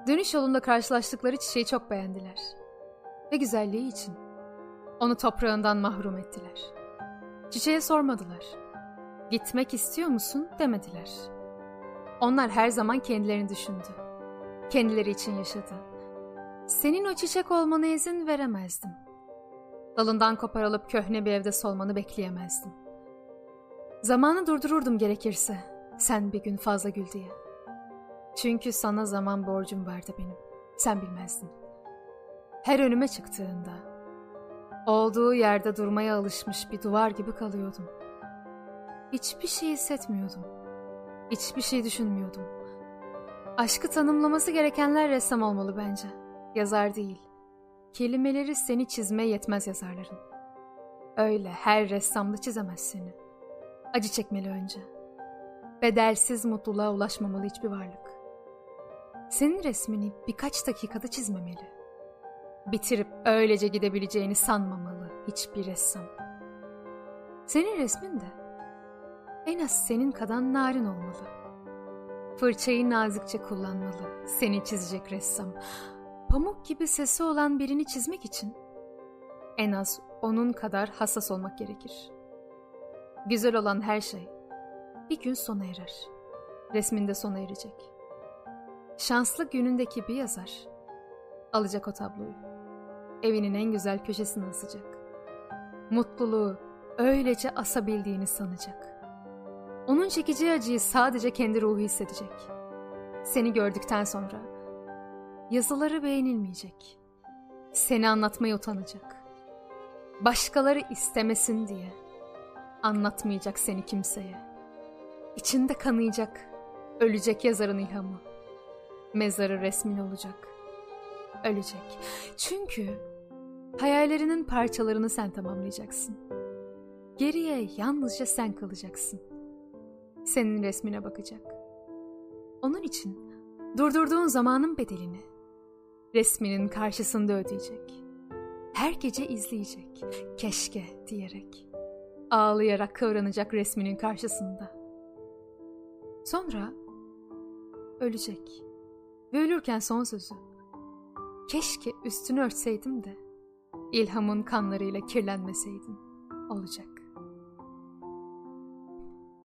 Dönüş yolunda karşılaştıkları çiçeği çok beğendiler. Ve güzelliği için onu toprağından mahrum ettiler. Çiçeğe sormadılar. Gitmek istiyor musun demediler. Onlar her zaman kendilerini düşündü. Kendileri için yaşadı. Senin o çiçek olmana izin veremezdim. Dalından koparılıp köhne bir evde solmanı bekleyemezdim. Zamanı durdururdum gerekirse, sen bir gün fazla gül diye. Çünkü sana zaman borcum vardı benim, sen bilmezdin. Her önüme çıktığında, olduğu yerde durmaya alışmış bir duvar gibi kalıyordum. Hiçbir şey hissetmiyordum. Hiçbir şey düşünmüyordum. Aşkı tanımlaması gerekenler ressam olmalı bence. Yazar değil. Kelimeleri seni çizmeye yetmez yazarların. Öyle her ressam da çizemez seni. Acı çekmeli önce. Bedelsiz mutluluğa ulaşmamalı hiçbir varlık. Senin resmini birkaç dakikada çizmemeli. Bitirip öylece gidebileceğini sanmamalı hiçbir ressam. Senin resmin de en az senin kadar narin olmalı. Fırçayı nazikçe kullanmalı seni çizecek ressam. Pamuk gibi sesi olan birini çizmek için en az onun kadar hassas olmak gerekir. Güzel olan her şey bir gün sona erer. Resminde sona erecek. Şanslı günündeki bir yazar alacak o tabloyu. Evinin en güzel köşesine asacak. Mutluluğu öylece asabildiğini sanacak. Onun çekeceği acıyı sadece kendi ruhu hissedecek. Seni gördükten sonra yazıları beğenilmeyecek. Seni anlatmaya utanacak. Başkaları istemesin diye anlatmayacak seni kimseye. İçinde kanayacak, ölecek yazarın ilhamı. Mezarı resmin olacak. Ölecek. Çünkü hayallerinin parçalarını sen tamamlayacaksın. Geriye yalnızca sen kalacaksın. Senin resmine bakacak. Onun için durdurduğun zamanın bedelini resminin karşısında ödeyecek. Her gece izleyecek, keşke diyerek. Ağlayarak kıvranacak resminin karşısında. Sonra ölecek. Ve ölürken son sözü, keşke üstünü örtseydim de ilhamın kanlarıyla kirlenmeseydin olacak.